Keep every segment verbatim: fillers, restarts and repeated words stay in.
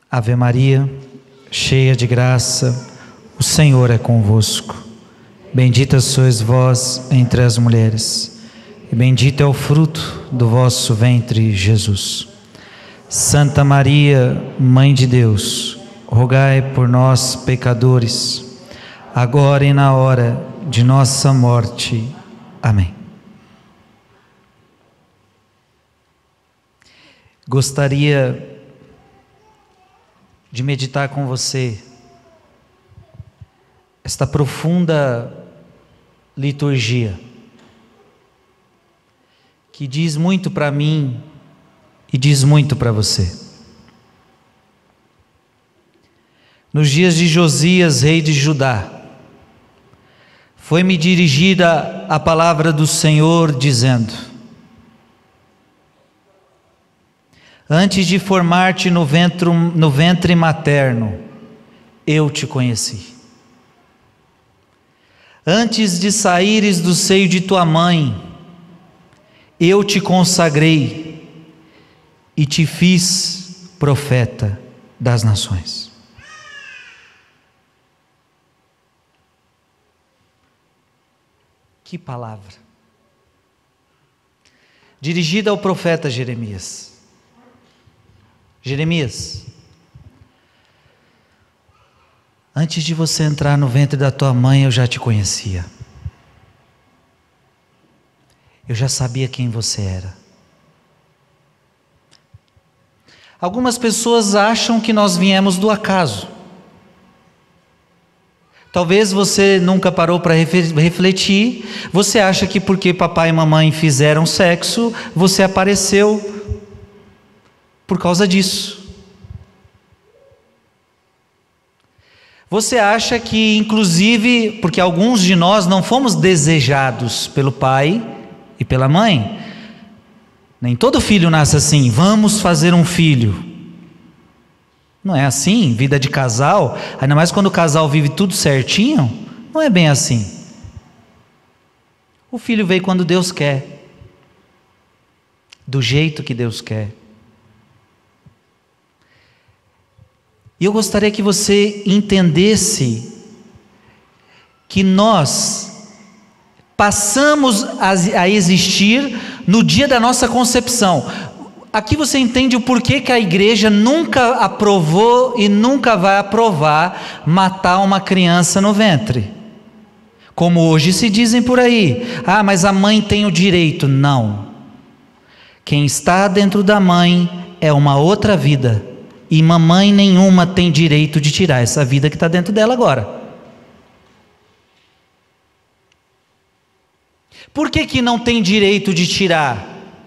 Ave Maria, cheia de graça, o Senhor é convosco. Bendita sois vós entre as mulheres, e bendito é o fruto do vosso ventre, Jesus. Santa Maria, Mãe de Deus, rogai por nós, pecadores, agora e na hora de nossa morte. Amém. Gostaria de meditar com você esta profunda liturgia, que diz muito para mim e diz muito para você. Nos dias de Josias, rei de Judá, foi-me dirigida a palavra do Senhor, dizendo: antes de formar-te no ventre, no ventre materno, eu te conheci. Antes de saíres do seio de tua mãe, eu te consagrei e te fiz profeta das nações. Que palavra! Dirigida ao profeta Jeremias. Jeremias, antes de você entrar no ventre da tua mãe, eu já te conhecia. Eu já sabia quem você era. Algumas pessoas acham que nós viemos do acaso. Talvez você nunca parou para refletir. Você acha que porque papai e mamãe fizeram sexo, você apareceu por causa disso. Você acha que, inclusive, porque alguns de nós não fomos desejados pelo pai e pela mãe. Nem todo filho nasce assim, vamos fazer um filho. Não é assim, vida de casal, ainda mais quando o casal vive tudo certinho, não é bem assim. O filho veio quando Deus quer, do jeito que Deus quer. E eu gostaria que você entendesse que nós passamos a existir no dia da nossa concepção. Aqui você entende o porquê que a igreja nunca aprovou e nunca vai aprovar matar uma criança no ventre. Como hoje se dizem por aí, ah, mas a mãe tem o direito. Não. Quem está dentro da mãe é uma outra vida. E mamãe nenhuma tem direito de tirar essa vida que está dentro dela agora. Por que que não tem direito de tirar?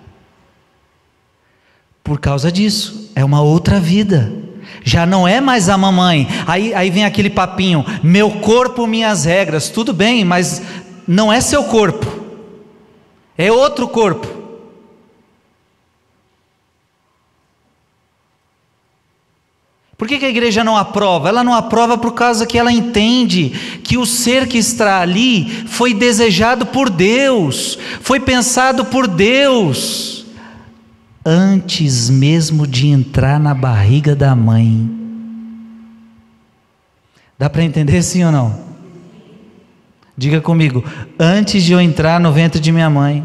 Por causa disso, é uma outra vida. Já não é mais a mamãe. Aí, aí vem aquele papinho, meu corpo, minhas regras. Tudo bem, mas não é seu corpo. É outro corpo. Por que que a igreja não aprova? Ela não aprova por causa que ela entende que o ser que está ali foi desejado por Deus, foi pensado por Deus, antes mesmo de entrar na barriga da mãe. Dá para entender sim ou não? Diga comigo, antes de eu entrar no ventre de minha mãe,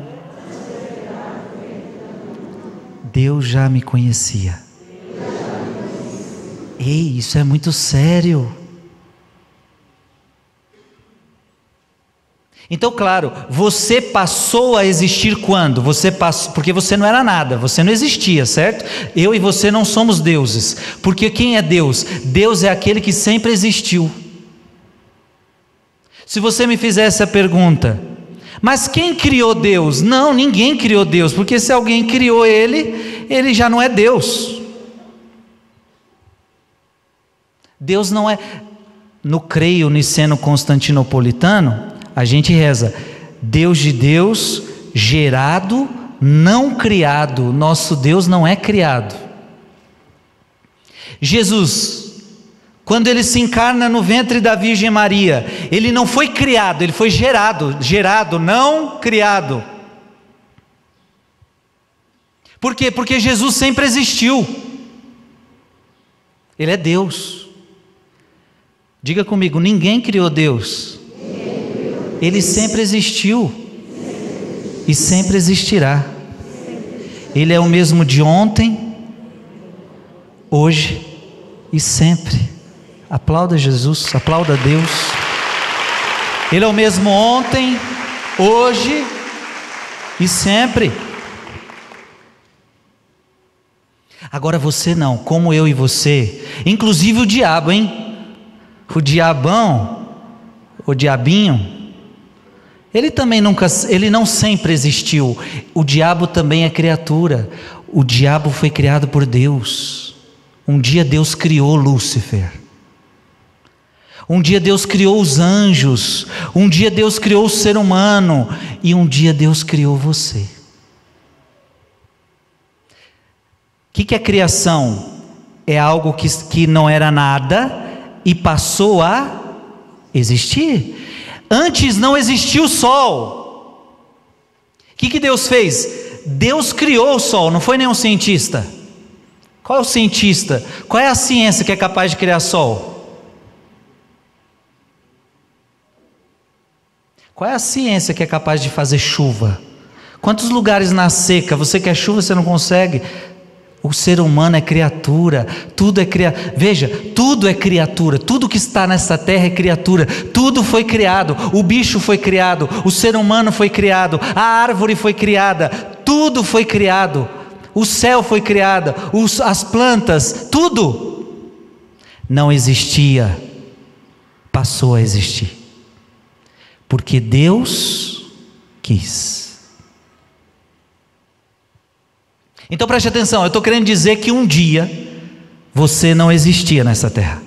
Deus já me conhecia. Ei, isso é muito sério. Então, claro, você passou a existir quando? Você passou, porque você não era nada, você não existia, certo? Eu e você não somos deuses, porque quem é Deus? Deus é aquele que sempre existiu. Se você me fizesse a pergunta, mas quem criou Deus? Não, ninguém criou Deus, porque se alguém criou Ele, Ele já não é Deus. Deus não é, no creio niceno-constantinopolitano, a gente reza, Deus de Deus, gerado, não criado. Nosso Deus não é criado. Jesus, quando ele se encarna no ventre da Virgem Maria, ele não foi criado, ele foi gerado, gerado, não criado. Por quê? Porque Jesus sempre existiu. Ele é Deus. Diga comigo, ninguém criou Deus. Ele sempre existiu e sempre existirá. Ele é o mesmo de ontem, hoje e sempre. Aplauda Jesus, aplauda Deus. Ele é o mesmo ontem, hoje e sempre. Agora você não, como eu e você, inclusive o diabo, hein? O diabão, o diabinho, ele também nunca, ele não sempre existiu. O diabo também é criatura. O diabo foi criado por Deus. Um dia Deus criou Lúcifer. Um dia Deus criou os anjos. Um dia Deus criou o ser humano. E um dia Deus criou você. O que, que é criação? É algo que, que não era nada e passou a existir. Antes não existia o sol. O que, que Deus fez? Deus criou o sol, não foi nenhum cientista. Qual é o cientista? Qual é a ciência que é capaz de criar sol? Qual é a ciência que é capaz de fazer chuva? Quantos lugares na seca, você quer chuva, você não consegue? O ser humano é criatura, tudo é criatura, veja, tudo é criatura, tudo que está nessa terra é criatura, tudo foi criado, o bicho foi criado, o ser humano foi criado, a árvore foi criada, tudo foi criado, o céu foi criado, os, as plantas, tudo não existia, passou a existir, porque Deus quis. Então preste atenção, eu estou querendo dizer que um dia você não existia nessa terra.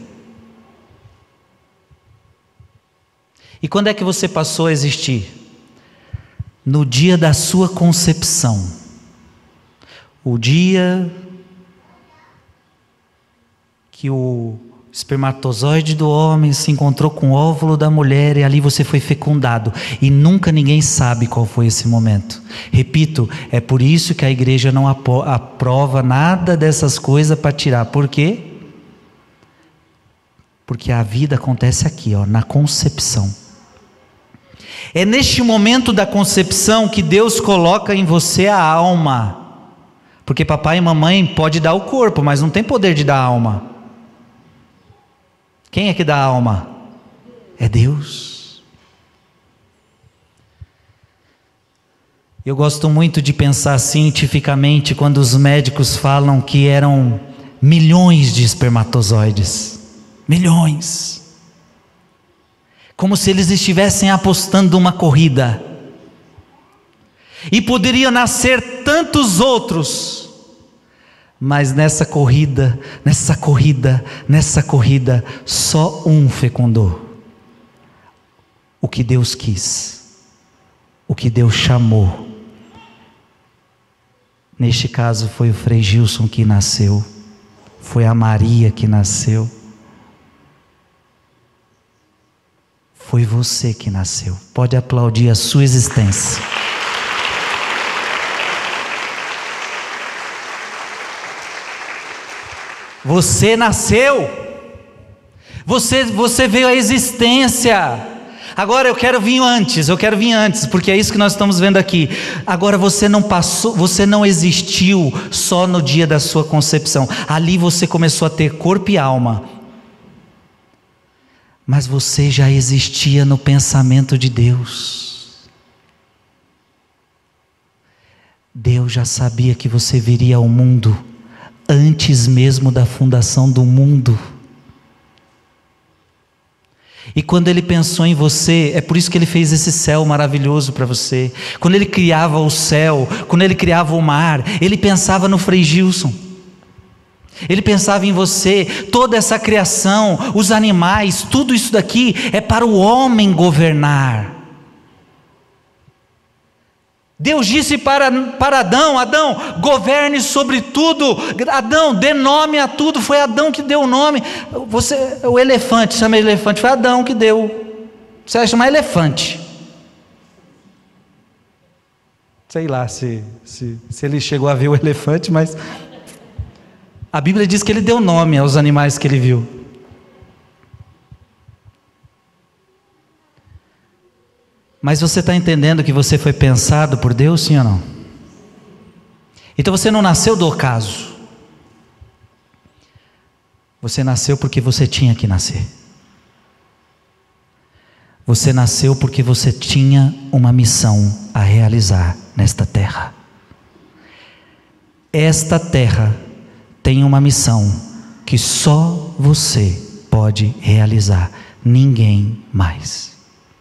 E quando é que você passou a existir? No dia da sua concepção. O dia que o espermatozoide do homem se encontrou com o óvulo da mulher e ali você foi fecundado, e nunca ninguém sabe qual foi esse momento. Repito, é por isso que a igreja não aprova nada dessas coisas para tirar. Por quê? Porque a vida acontece aqui, ó, na concepção. É neste momento da concepção que Deus coloca em você a alma, porque papai e mamãe pode dar o corpo, mas não tem poder de dar a alma. Quem é que dá a alma? É Deus. Eu gosto muito de pensar cientificamente quando os médicos falam que eram milhões de espermatozoides. Milhões. Como se eles estivessem apostando uma corrida. E poderiam nascer tantos outros. Mas nessa corrida, nessa corrida, nessa corrida, só um fecundou. O que Deus quis, o que Deus chamou. Neste caso foi o Frei Gilson que nasceu, foi a Maria que nasceu, foi você que nasceu. Pode aplaudir a sua existência. Você nasceu, você, você veio à existência. Agora eu quero vir antes, eu quero vir antes, porque é isso que nós estamos vendo aqui. Agora você não passou, você não existiu só no dia da sua concepção. Ali você começou a ter corpo e alma. Mas você já existia no pensamento de Deus. Deus já sabia que você viria ao mundo antes mesmo da fundação do mundo. E quando Ele pensou em você, é por isso que Ele fez esse céu maravilhoso para você. Quando Ele criava o céu, quando Ele criava o mar, Ele pensava no Frei Gilson. Ele pensava em você. Toda essa criação, os animais, tudo isso daqui é para o homem governar. Deus disse para, para Adão: Adão, governe sobre tudo. Adão, dê nome a tudo. Foi Adão que deu o nome. Você, o elefante, chama elefante, foi Adão que deu. Você vai chamar elefante. Sei lá se, se, se ele chegou a ver o elefante, mas A Bíblia diz que ele deu nome aos animais que ele viu. Mas você está entendendo que você foi pensado por Deus, sim ou não? Então você não nasceu do acaso. Você nasceu porque você tinha que nascer. Você nasceu porque você tinha uma missão a realizar nesta terra. Esta terra tem uma missão que só você pode realizar, ninguém mais.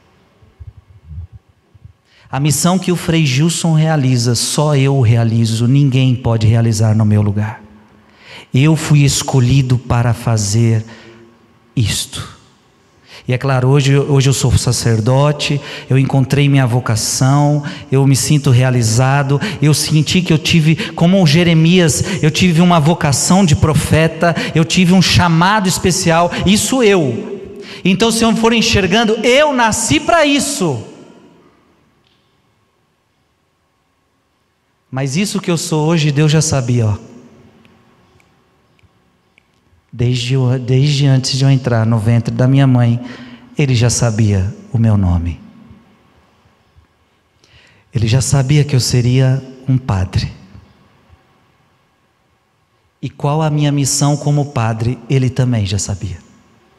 A missão que o Frei Gilson realiza, só eu realizo, ninguém pode realizar no meu lugar. Eu fui escolhido para fazer isto. E é claro, hoje, hoje eu sou sacerdote, eu encontrei minha vocação, eu me sinto realizado, eu senti que eu tive, como Jeremias, eu tive uma vocação de profeta, eu tive um chamado especial, isso eu. Então se eu for enxergando, eu nasci para isso. Mas isso que eu sou hoje, Deus já sabia, ó. Desde, desde antes de eu entrar no ventre da minha mãe, Ele já sabia o meu nome. Ele já sabia que eu seria um padre. E qual a minha missão como padre, Ele também já sabia.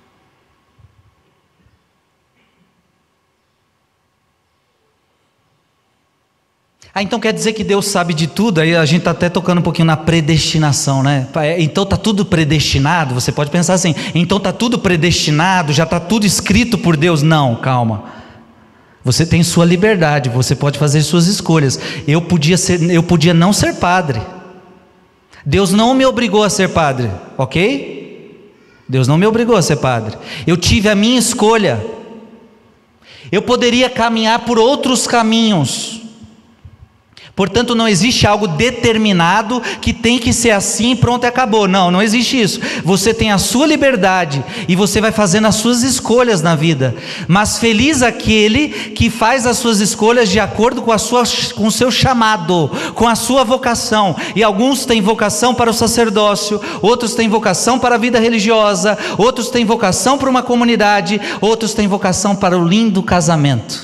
Ah, então quer dizer que Deus sabe de tudo? Aí a gente está até tocando um pouquinho na predestinação, né? Então está tudo predestinado? Você pode pensar assim, então está tudo predestinado, já está tudo escrito por Deus? Não, calma. Você tem sua liberdade, você pode fazer suas escolhas. Eu podia ser, eu podia não ser padre. Deus não me obrigou a ser padre, ok? Deus não me obrigou a ser padre. Eu tive a minha escolha. Eu poderia caminhar por outros caminhos. Portanto, não existe algo determinado que tem que ser assim, pronto e acabou. Não, não existe isso. Você tem a sua liberdade e você vai fazendo as suas escolhas na vida. Mas feliz aquele que faz as suas escolhas de acordo com, a sua, com o seu chamado, com a sua vocação. E alguns têm vocação para o sacerdócio, outros têm vocação para a vida religiosa, outros têm vocação para uma comunidade, outros têm vocação para o lindo casamento.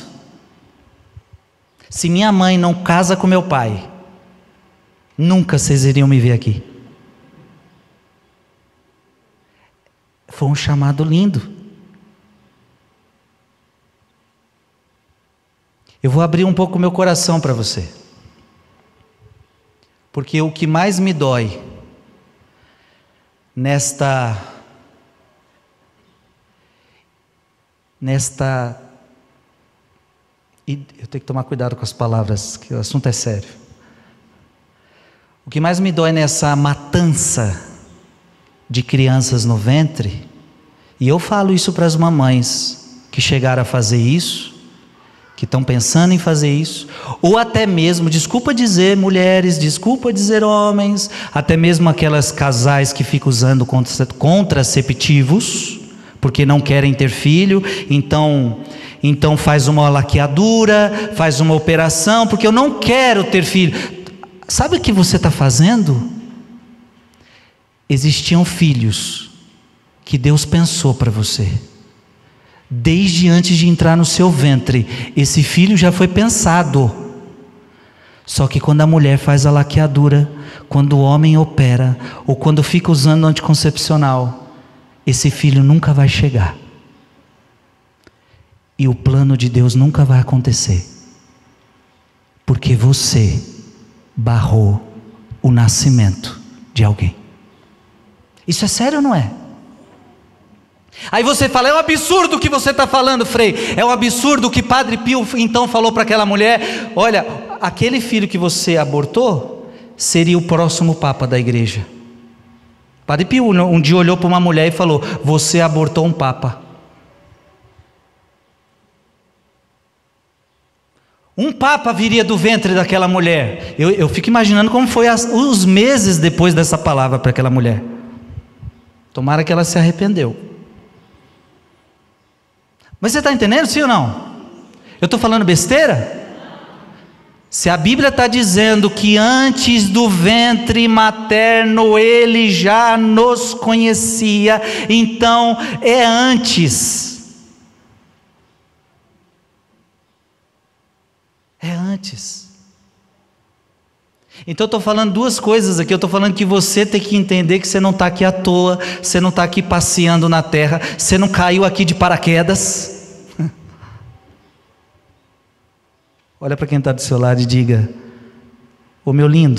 Se minha mãe não casa com meu pai, nunca vocês iriam me ver aqui. Foi um chamado lindo. Eu vou abrir um pouco o meu coração para você. Porque o que mais me dói nesta nesta E eu tenho que tomar cuidado com as palavras, que o assunto é sério. O que mais me dói nessa matança de crianças no ventre, e eu falo isso para as mamães que chegaram a fazer isso, que estão pensando em fazer isso, ou até mesmo, desculpa dizer mulheres, desculpa dizer homens, até mesmo aquelas casais que ficam usando contraceptivos, porque não querem ter filho, então... Então faz uma laqueadura, faz uma operação, porque eu não quero ter filho. Sabe o que você está fazendo? Existiam filhos que Deus pensou para você. Desde antes de entrar no seu ventre, esse filho já foi pensado. Só que quando a mulher faz a laqueadura, quando o homem opera, ou quando fica usando anticoncepcional, esse filho nunca vai chegar. E o plano de Deus nunca vai acontecer, porque você barrou o nascimento de alguém. Isso é sério ou não é? Aí você fala, é um absurdo o que você está falando, Frei. É um absurdo o que Padre Pio então falou para aquela mulher. Olha, aquele filho que você abortou seria o próximo Papa da igreja. Padre Pio um dia olhou para uma mulher e falou, você abortou um Papa. Um Papa viria do ventre daquela mulher. Eu, eu fico imaginando como foi as, os meses depois dessa palavra para aquela mulher. Tomara que ela se arrependeu. Mas você está entendendo, sim ou não? Eu estou falando besteira? Se a Bíblia está dizendo que antes do ventre materno Ele já nos conhecia, então é antes. É antes. Então eu estou falando duas coisas aqui. Eu estou falando que você tem que entender que você não está aqui à toa, você não está aqui passeando na terra, você não caiu aqui de paraquedas. Olha para quem está do seu lado e diga: ô meu lindo.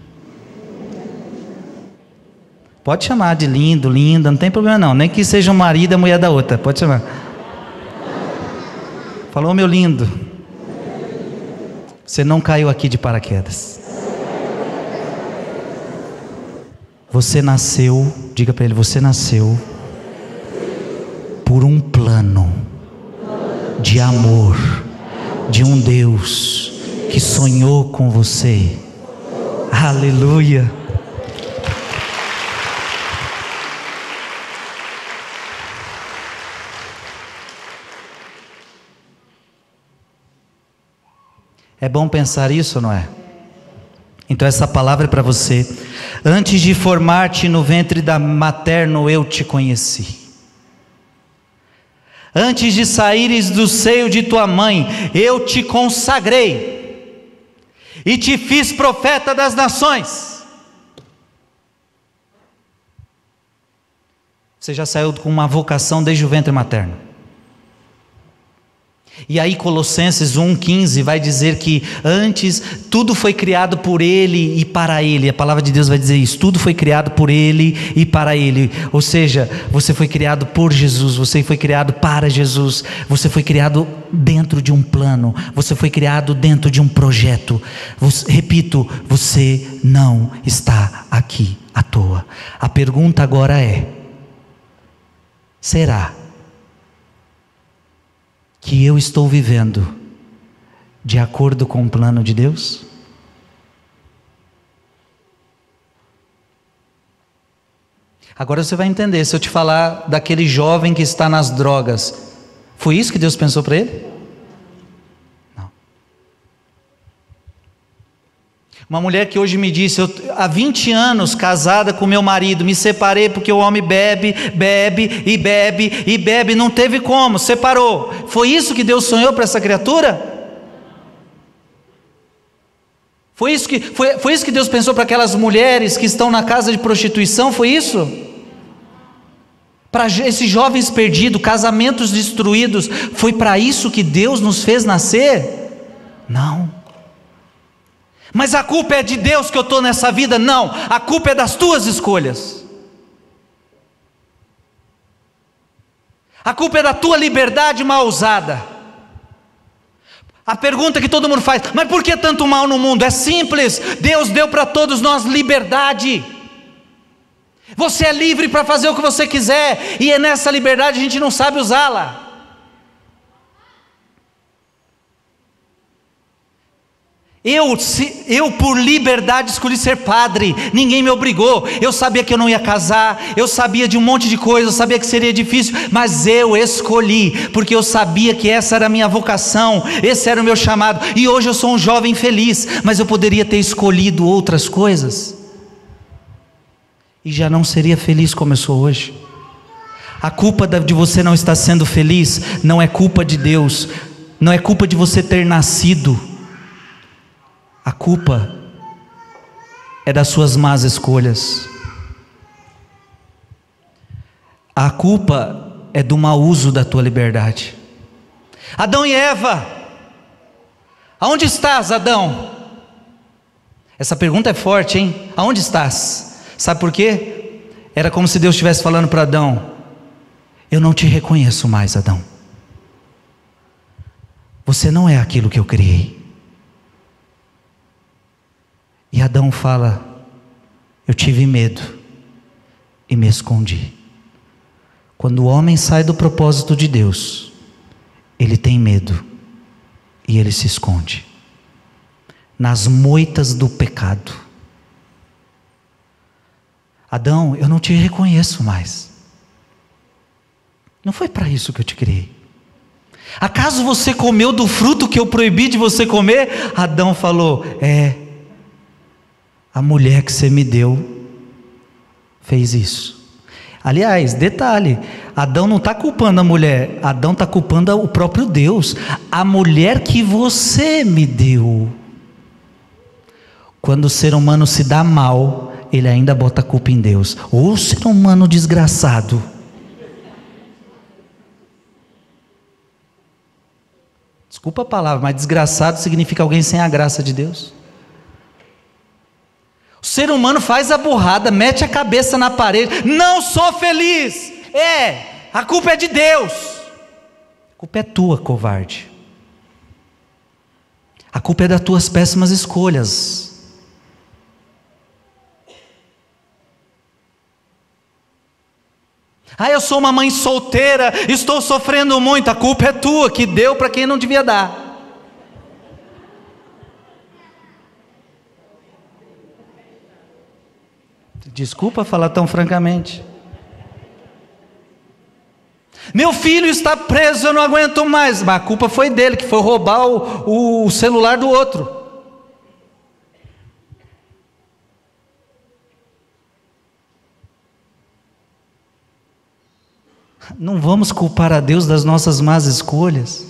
Pode chamar de lindo, linda, não tem problema não, nem que seja o marido e a mulher da outra, pode chamar. Falou, meu lindo. Você não caiu aqui de paraquedas. Você nasceu, diga para ele, você nasceu por um plano de amor, de um Deus que sonhou com você. Aleluia. É bom pensar isso, não é? Então essa palavra é para você. Antes de formar-te no ventre da materno eu te conheci. Antes de saíres do seio de tua mãe, eu te consagrei e te fiz profeta das nações. Você já saiu com uma vocação desde o ventre materno. E aí Colossenses um, quinze vai dizer que antes tudo foi criado por Ele e para Ele. A palavra de Deus vai dizer isso, tudo foi criado por Ele e para Ele. Ou seja, você foi criado por Jesus, você foi criado para Jesus, você foi criado dentro de um plano, você foi criado dentro de um projeto. Você, repito, você não está aqui à toa. A pergunta agora é: será que eu estou vivendo de acordo com o plano de Deus? Agora você vai entender, se eu te falar daquele jovem que está nas drogas, foi isso que Deus pensou para ele? Não. Uma mulher que hoje me disse, eu, há vinte anos casada com meu marido, me separei porque o homem bebe, bebe e bebe e bebe, não teve como, separou. Foi isso que Deus sonhou para essa criatura? Foi isso que, foi, foi isso que Deus pensou para aquelas mulheres que estão na casa de prostituição? Foi isso? Para esses jovens perdidos, casamentos destruídos, foi para isso que Deus nos fez nascer? Não. Mas a culpa é de Deus que eu estou nessa vida? Não, a culpa é das tuas escolhas. A culpa é da tua liberdade mal usada. A pergunta que todo mundo faz: mas por que tanto mal no mundo? É simples, Deus deu para todos nós liberdade. Você é livre para fazer o que você quiser, e é nessa liberdade a gente não sabe usá-la. Eu, se, eu por liberdade escolhi ser padre, ninguém me obrigou. Eu sabia que eu não ia casar, eu sabia de um monte de coisa, eu sabia que seria difícil, mas eu escolhi, porque eu sabia que essa era a minha vocação, esse era o meu chamado. E hoje eu sou um jovem feliz, mas eu poderia ter escolhido outras coisas e já não seria feliz como eu sou hoje. A culpa de você não estar sendo feliz não é culpa de Deus, não é culpa de você ter nascido. A culpa é das suas más escolhas. A culpa é do mau uso da tua liberdade. Adão e Eva, aonde estás, Adão? Essa pergunta é forte, hein? Aonde estás? Sabe por quê? Era como se Deus estivesse falando para Adão: eu não te reconheço mais, Adão. Você não é aquilo que eu criei. E Adão fala: eu tive medo e me escondi. Quando o homem sai do propósito de Deus, ele tem medo e ele se esconde nas moitas do pecado. Adão, eu não te reconheço mais. Não foi para isso que eu te criei. Acaso você comeu do fruto que eu proibi de você comer? Adão falou: é, a mulher que você me deu fez isso. Aliás, detalhe, Adão não está culpando a mulher, Adão está culpando o próprio Deus. A mulher que você me deu. Quando o ser humano se dá mal, ele ainda bota a culpa em Deus. Ô ser humano desgraçado. Desculpa a palavra, mas desgraçado significa alguém sem a graça de Deus. O ser humano faz a burrada, mete a cabeça na parede, não sou feliz. É, a culpa é de Deus. A culpa é tua, covarde. A culpa é das tuas péssimas escolhas. Ah, eu sou uma mãe solteira, estou sofrendo muito. A culpa é tua, que deu para quem não devia dar. Desculpa falar tão francamente. Meu filho está preso, eu não aguento mais. Mas a culpa foi dele, que foi roubar o, o celular do outro. Não vamos culpar a Deus das nossas más escolhas.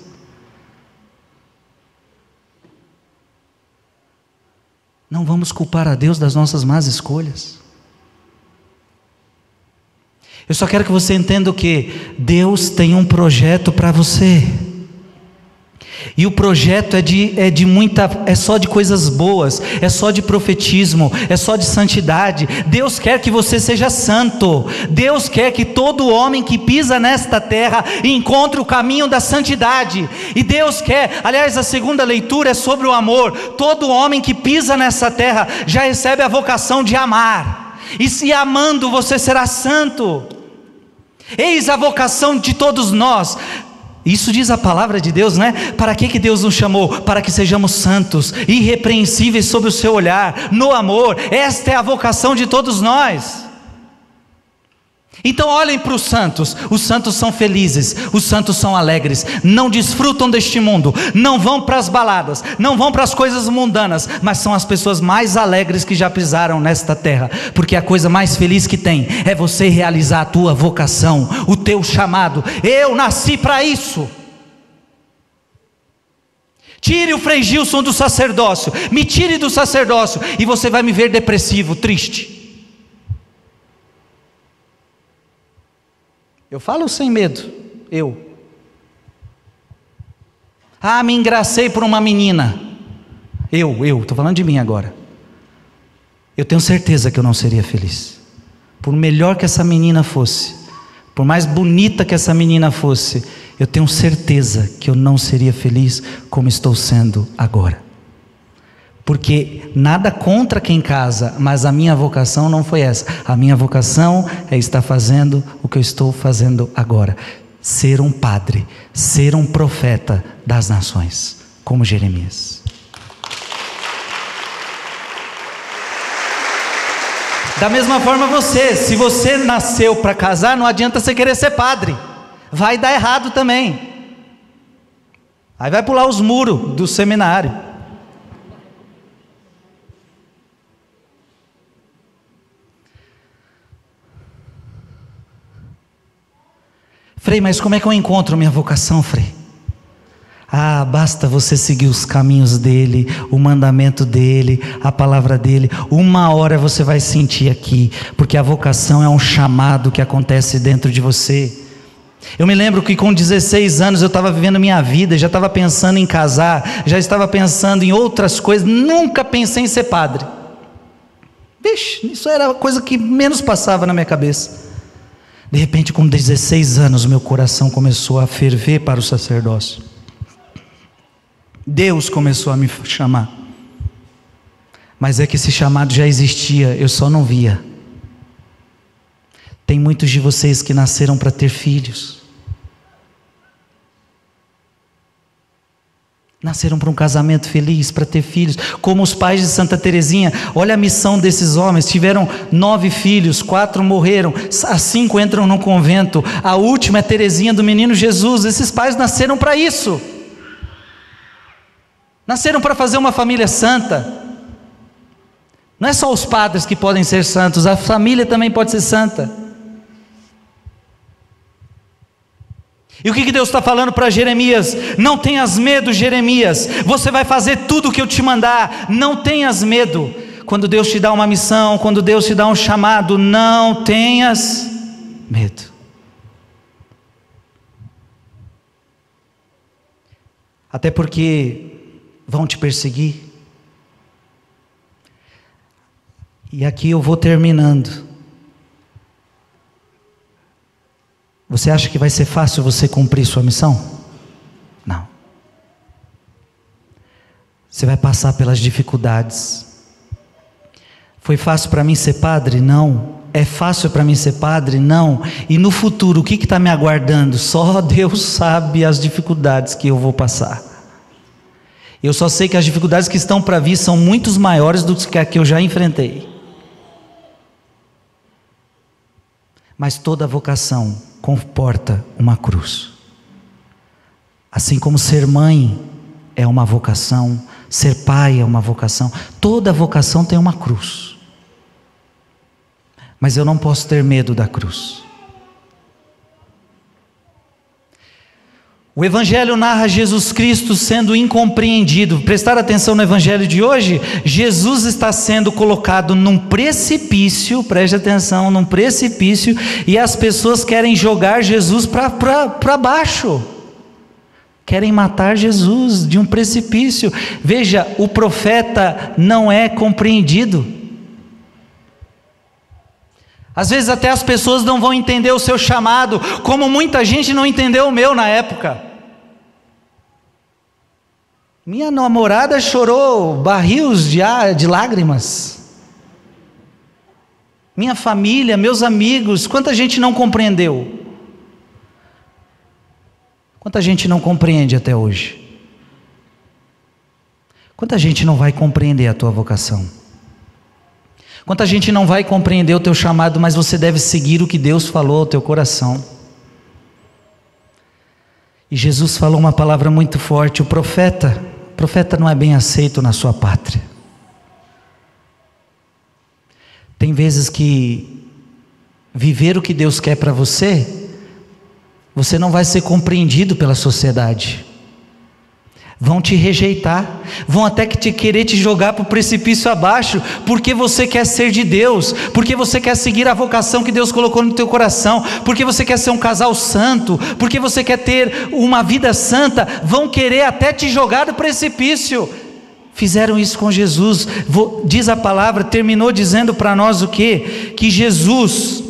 Não vamos culpar a Deus das nossas más escolhas. Eu só quero que você entenda o que Deus tem um projeto para você. E o projeto é de, é de muita, é só de coisas boas, é só de profetismo, é só de santidade. Deus quer que você seja santo. Deus quer que todo homem que pisa nesta terra encontre o caminho da santidade. E Deus quer, aliás, a segunda leitura é sobre o amor. Todo homem que pisa nessa terra já recebe a vocação de amar. E se amando você será santo. Eis a vocação de todos nós. Isso diz a palavra de Deus, né? Para que que Deus nos chamou? Para que sejamos santos, irrepreensíveis sob o seu olhar, no amor. Esta é a vocação de todos nós. Então olhem para os santos. Os santos são felizes, os santos são alegres, não desfrutam deste mundo, não vão para as baladas, não vão para as coisas mundanas, mas são as pessoas mais alegres que já pisaram nesta terra, porque a coisa mais feliz que tem é você realizar a tua vocação, o teu chamado. Eu nasci para isso. Tire o Frei Gilson do sacerdócio, me tire do sacerdócio e você vai me ver depressivo, triste. Eu falo sem medo, eu. Ah, me engracei por uma menina. Eu, eu, estou falando de mim agora. Eu tenho certeza que eu não seria feliz. Por melhor que essa menina fosse, por mais bonita que essa menina fosse, eu tenho certeza que eu não seria feliz como estou sendo agora. Porque nada contra quem casa, mas a minha vocação não foi essa. A minha vocação é estar fazendo o que eu estou fazendo agora. Ser um padre, ser um profeta das nações, como Jeremias. Da mesma forma você, se você nasceu para casar, não adianta você querer ser padre. Vai dar errado também. Aí vai pular os muros do seminário. Frei, mas como é que eu encontro minha vocação, Frei? Ah, basta você seguir os caminhos dele, o mandamento dele, a palavra dele. Uma hora você vai sentir aqui, porque a vocação é um chamado que acontece dentro de você. Eu me lembro que com dezesseis anos eu estava vivendo minha vida, já estava pensando em casar, já estava pensando em outras coisas, nunca pensei em ser padre. Vixe, isso era a coisa que menos passava na minha cabeça. De repente, com dezesseis anos, meu coração começou a ferver para o sacerdócio. Deus começou a me chamar. Mas é que esse chamado já existia, eu só não via. Tem muitos de vocês que nasceram para ter filhos. Nasceram para um casamento feliz, para ter filhos, como os pais de Santa Teresinha. Olha a missão desses homens, tiveram nove filhos, quatro morreram, as cinco entram no convento, a última é Teresinha do Menino Jesus. Esses pais nasceram para isso, nasceram para fazer uma família santa. Não é só os padres que podem ser santos, a família também pode ser santa. E o que Deus está falando para Jeremias? Não tenhas medo, Jeremias, você vai fazer tudo o que eu te mandar, não tenhas medo. Quando Deus te dá uma missão, quando Deus te dá um chamado, não tenhas medo. Até porque vão te perseguir. E aqui eu vou terminando. Você acha que vai ser fácil você cumprir sua missão? Não. Você vai passar pelas dificuldades. Foi fácil para mim ser padre? Não. É fácil para mim ser padre? Não. E no futuro, o que está me aguardando? Só Deus sabe as dificuldades que eu vou passar. Eu só sei que as dificuldades que estão para vir são muito maiores do que a que eu já enfrentei. Mas toda vocação comporta uma cruz. Assim como ser mãe é uma vocação, ser pai é uma vocação, toda vocação tem uma cruz. Mas eu não posso ter medo da cruz. O Evangelho narra Jesus Cristo sendo incompreendido. Prestar atenção no Evangelho de hoje, Jesus está sendo colocado num precipício, preste atenção, num precipício, e as pessoas querem jogar Jesus para baixo, querem matar Jesus de um precipício. Veja, o profeta não é compreendido. Às vezes até as pessoas não vão entender o seu chamado, como muita gente não entendeu o meu na época. Minha namorada chorou barris de, de lágrimas. Minha família, meus amigos, quanta gente não compreendeu. Quanta gente não compreende até hoje. Quanta gente não vai compreender a tua vocação. Quanta gente não vai compreender o teu chamado, mas você deve seguir o que Deus falou ao teu coração. E Jesus falou uma palavra muito forte: o profeta, o profeta não é bem aceito na sua pátria. Tem vezes que viver o que Deus quer para você, você não vai ser compreendido pela sociedade. Vão te rejeitar, vão até que te querer te jogar para o precipício abaixo, porque você quer ser de Deus, porque você quer seguir a vocação que Deus colocou no teu coração, porque você quer ser um casal santo, porque você quer ter uma vida santa. Vão querer até te jogar do precipício. Fizeram isso com Jesus. Diz a palavra, terminou dizendo para nós o quê? Que Jesus...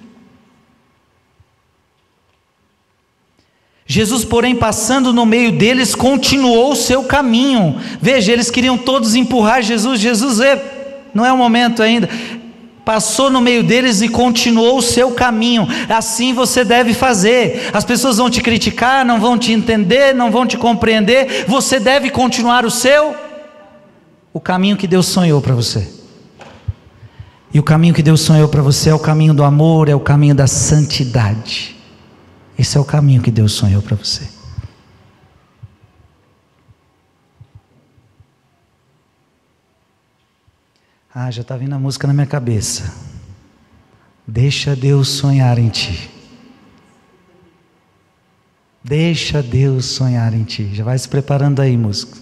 Jesus, porém, passando no meio deles, continuou o seu caminho. Veja, eles queriam todos empurrar Jesus. Jesus, é, não é o momento ainda. Passou no meio deles e continuou o seu caminho. Assim você deve fazer. As pessoas vão te criticar, não vão te entender, não vão te compreender. Você deve continuar o seu, o caminho que Deus sonhou para você. E o caminho que Deus sonhou para você é o caminho do amor, é o caminho da santidade. Esse é o caminho que Deus sonhou para você. Ah, já está vindo a música na minha cabeça. Deixa Deus sonhar em ti. Deixa Deus sonhar em ti. Já vai se preparando aí, músico.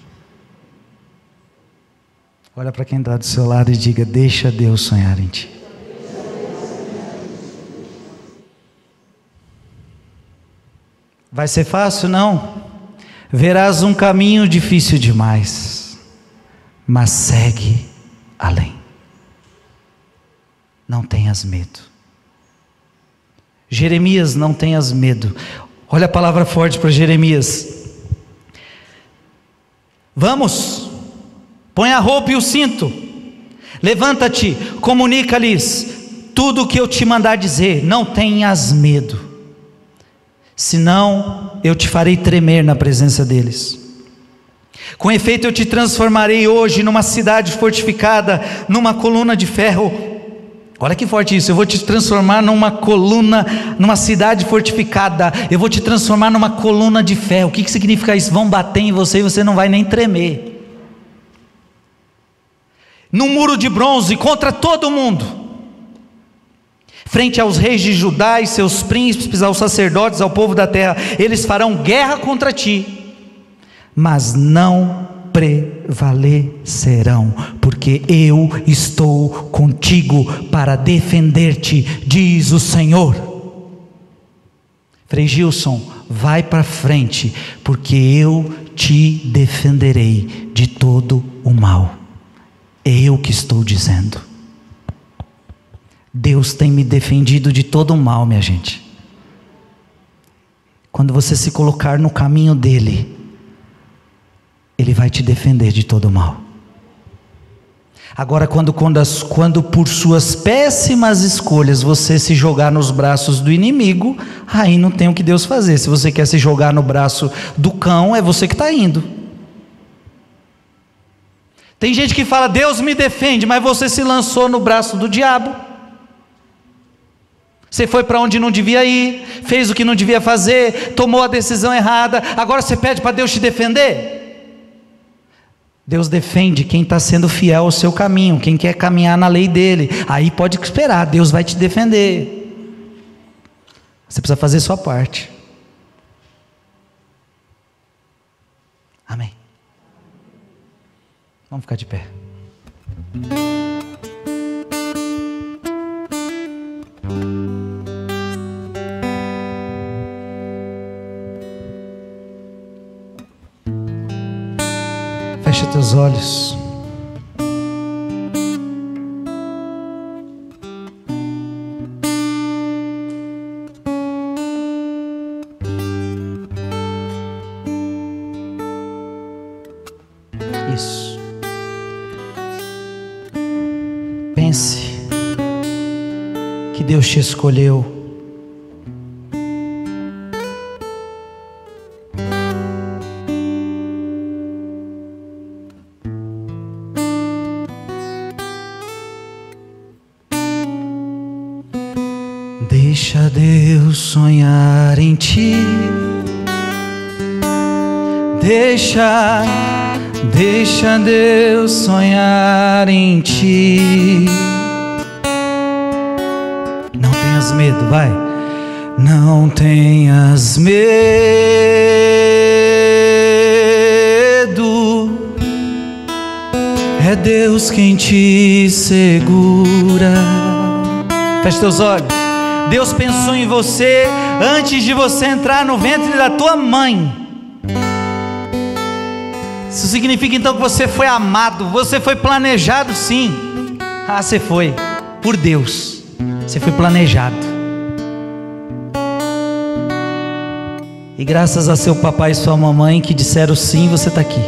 Olha para quem está do seu lado e diga: deixa Deus sonhar em ti. Vai ser fácil? Não. Verás um caminho difícil demais, mas segue além. Não tenhas medo. Jeremias, não tenhas medo. Olha a palavra forte para Jeremias. Vamos, põe a roupa e o cinto, levanta-te, comunica-lhes tudo o que eu te mandar dizer. Não tenhas medo, senão eu te farei tremer na presença deles. Com efeito, eu te transformarei hoje numa cidade fortificada, numa coluna de ferro. Olha que forte isso. Eu vou te transformar numa coluna, numa cidade fortificada. Eu vou te transformar numa coluna de ferro. O que, que significa isso? Vão bater em você e você não vai nem tremer. Num muro de bronze contra todo mundo, frente aos reis de Judá e seus príncipes, aos sacerdotes, ao povo da terra, eles farão guerra contra ti, mas não prevalecerão, porque eu estou contigo para defender-te, diz o Senhor. Frei Gilson, vai para frente, porque eu te defenderei de todo o mal. É eu que estou dizendo. Deus tem me defendido de todo o mal, minha gente. Quando você se colocar no caminho dele, ele vai te defender de todo o mal. Agora, quando, quando, as, quando por suas péssimas escolhas você se jogar nos braços do inimigo, aí não tem o que Deus fazer. Se você quer se jogar no braço do cão, é você que está indo. Tem gente que fala, Deus me defende, mas você se lançou no braço do diabo. Você foi para onde não devia ir, fez o que não devia fazer, tomou a decisão errada, agora você pede para Deus te defender? Deus defende quem está sendo fiel ao seu caminho, quem quer caminhar na lei dele. Aí pode esperar, Deus vai te defender. Você precisa fazer sua parte. Amém. Vamos ficar de pé. Fecha teus olhos. Isso. Pense que Deus te escolheu. Deixa Deus sonhar em ti. Deixa, deixa Deus sonhar em ti. Não tenhas medo, vai. Não tenhas medo. É Deus quem te segura. Feche teus olhos. Deus pensou em você antes de você entrar no ventre da tua mãe. Isso significa então que você foi amado, você foi planejado, sim. Ah, você foi, por Deus, você foi planejado. E graças a seu papai e sua mamãe que disseram sim, você está aqui.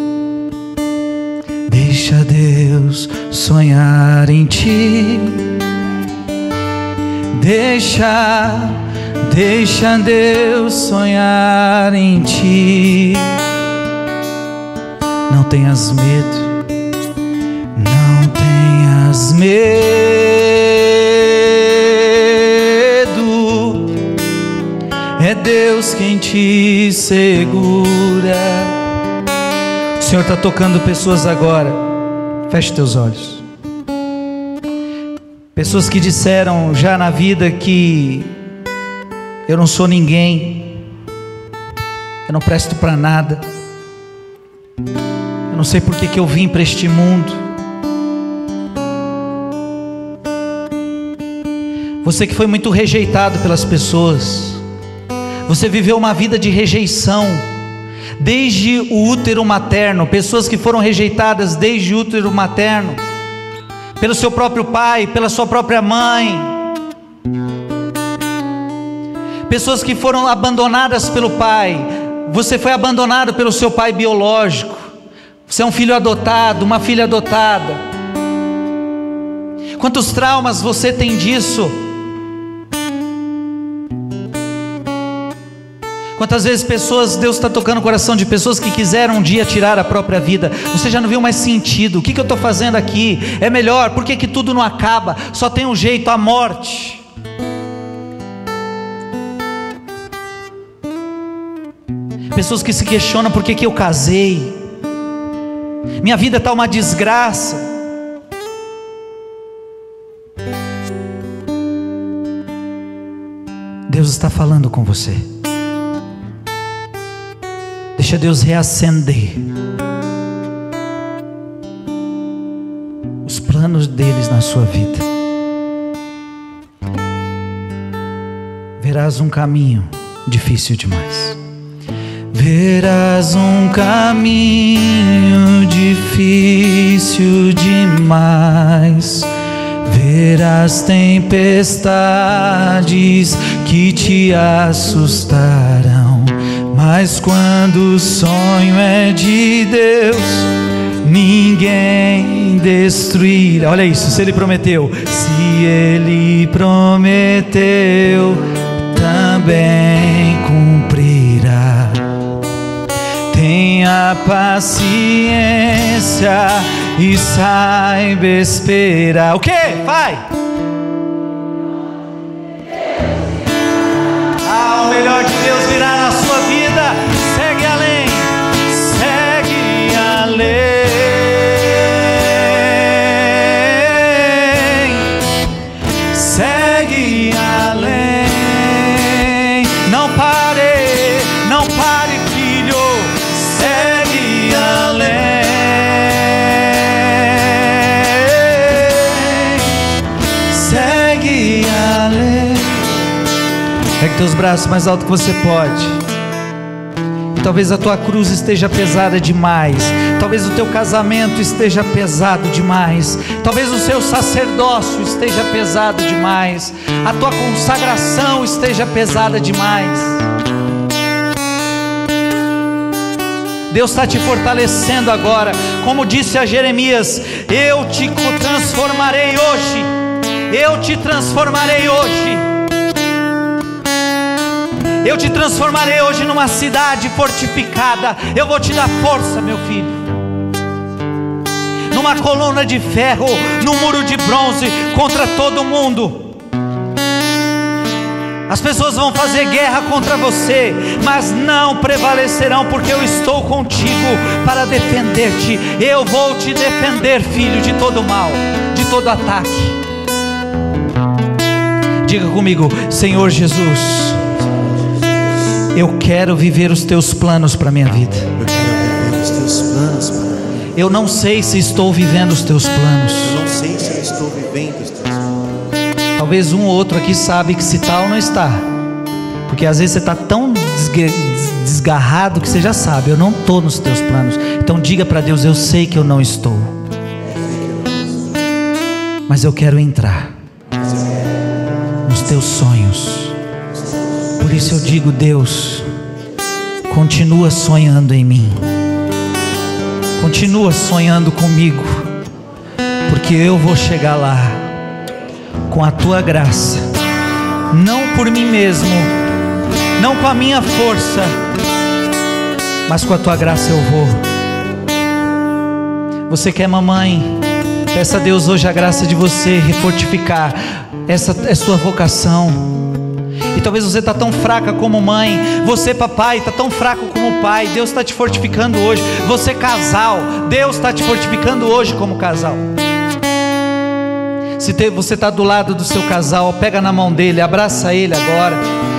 Deixa Deus sonhar em ti. Deixa, deixa Deus sonhar em ti. Não tenhas medo, não tenhas medo. É Deus quem te segura. O Senhor está tocando pessoas agora. Feche teus olhos. Pessoas que disseram já na vida que eu não sou ninguém, eu não presto para nada, eu não sei por que que eu vim para este mundo. Você que foi muito rejeitado pelas pessoas, você viveu uma vida de rejeição desde o útero materno. Pessoas que foram rejeitadas desde o útero materno, pelo seu próprio pai, pela sua própria mãe. Pessoas que foram abandonadas pelo pai. Você foi abandonado pelo seu pai biológico. Você é um filho adotado, uma filha adotada. Quantos traumas você tem disso? Quantas vezes pessoas, Deus está tocando o coração de pessoas que quiseram um dia tirar a própria vida. Você já não viu mais sentido. O que, que eu estou fazendo aqui? É melhor, por que, que tudo não acaba? Só tem um jeito, a morte. Pessoas que se questionam por que, que eu casei. Minha vida está uma desgraça. Deus está falando com você. Deixa Deus reacender os planos deles na sua vida. Verás um caminho difícil demais. Verás um caminho difícil demais. Verás tempestades que te assustarão. Mas quando o sonho é de Deus, ninguém destruirá. Olha isso, se Ele prometeu, se Ele prometeu, também cumprirá. Tenha paciência e saiba esperar. O que? Vai! Ah, o melhor de Deus virá na sua vida. Segue além, segue além, segue além. Não pare, não pare, filho. Segue além, segue além. Pegue teus braços mais alto que você pode. E talvez a tua cruz esteja pesada demais. Talvez o teu casamento esteja pesado demais. Talvez o seu sacerdócio esteja pesado demais. A tua consagração esteja pesada demais. Deus está te fortalecendo agora. Como disse a Jeremias: eu te transformarei hoje. Eu te transformarei hoje. Eu te transformarei hoje numa cidade fortificada. Eu vou te dar força, meu filho. Numa coluna de ferro, num muro de bronze contra todo mundo. As pessoas vão fazer guerra contra você, mas não prevalecerão, porque eu estou contigo para defender-te. Eu vou te defender, filho, de todo mal, de todo ataque. Diga comigo: Senhor Jesus, eu quero viver os teus planos para a minha vida. Eu quero viver os teus planos para mim. Eu não sei se estou vivendo os teus planos. Eu não sei se eu estou vivendo os teus planos. Talvez um ou outro aqui sabe que se está ou não está, porque às vezes você está tão desgarrado que você já sabe: eu não estou nos teus planos. Então diga para Deus: eu sei que eu não estou, mas eu quero entrar nos teus sonhos. Por isso eu digo: Deus, continua sonhando em mim, continua sonhando comigo, porque eu vou chegar lá com a tua graça, não por mim mesmo, não com a minha força, mas com a tua graça eu vou. Você que é mamãe, peça a Deus hoje a graça de você refortificar. Essa é sua vocação. E talvez você está tão fraca como mãe. Você, papai, está tão fraco como pai. Deus está te fortificando hoje. Você, casal, Deus está te fortificando hoje como casal. Se você está do lado do seu casal, pega na mão dele, abraça ele agora.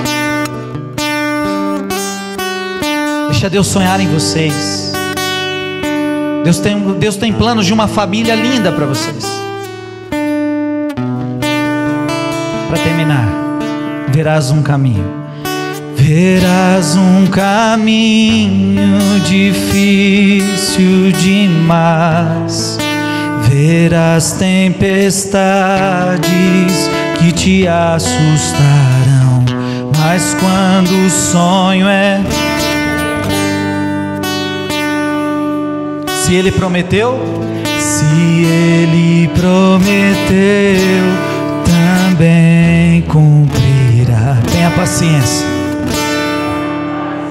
Deixa Deus sonhar em vocês. Deus tem, Deus tem planos de uma família linda para vocês. Para terminar, verás um caminho. Verás um caminho difícil demais. Verás tempestades que te assustarão. Mas quando o sonho é... Se Ele prometeu, se Ele prometeu, também cumprirá. Tenha paciência.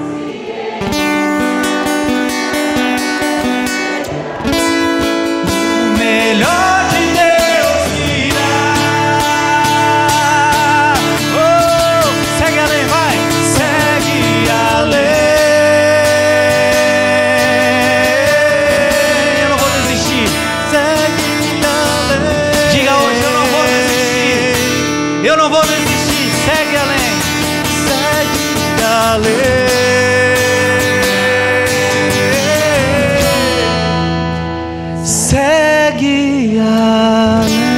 vou desistir. Segue além. Segue além. Segue além.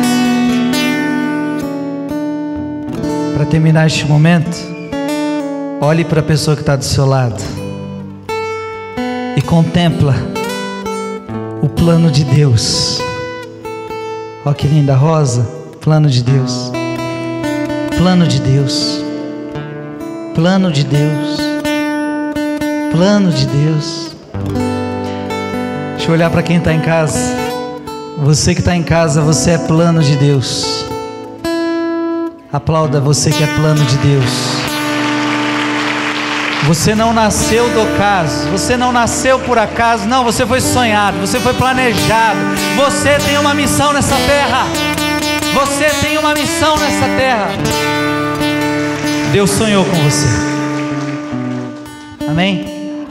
Para terminar este momento, olhe para a pessoa que está do seu lado e contempla o plano de Deus. Olha que linda rosa. Plano de Deus. Plano de Deus. Plano de Deus. Plano de Deus. Deixa eu olhar para quem está em casa. Você que está em casa, você é plano de Deus. Aplauda você que é plano de Deus. Você não nasceu do acaso, você não nasceu por acaso, não, você foi sonhado, você foi planejado. Você tem uma missão nessa terra. Você tem uma missão nessa terra. Deus sonhou com você. Amém?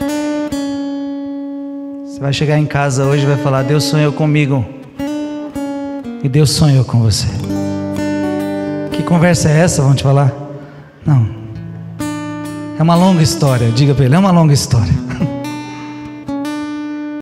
Você vai chegar em casa hoje e vai falar: Deus sonhou comigo. E Deus sonhou com você. Que conversa é essa? Vão te falar? Não. É uma longa história. Diga para ele: é uma longa história.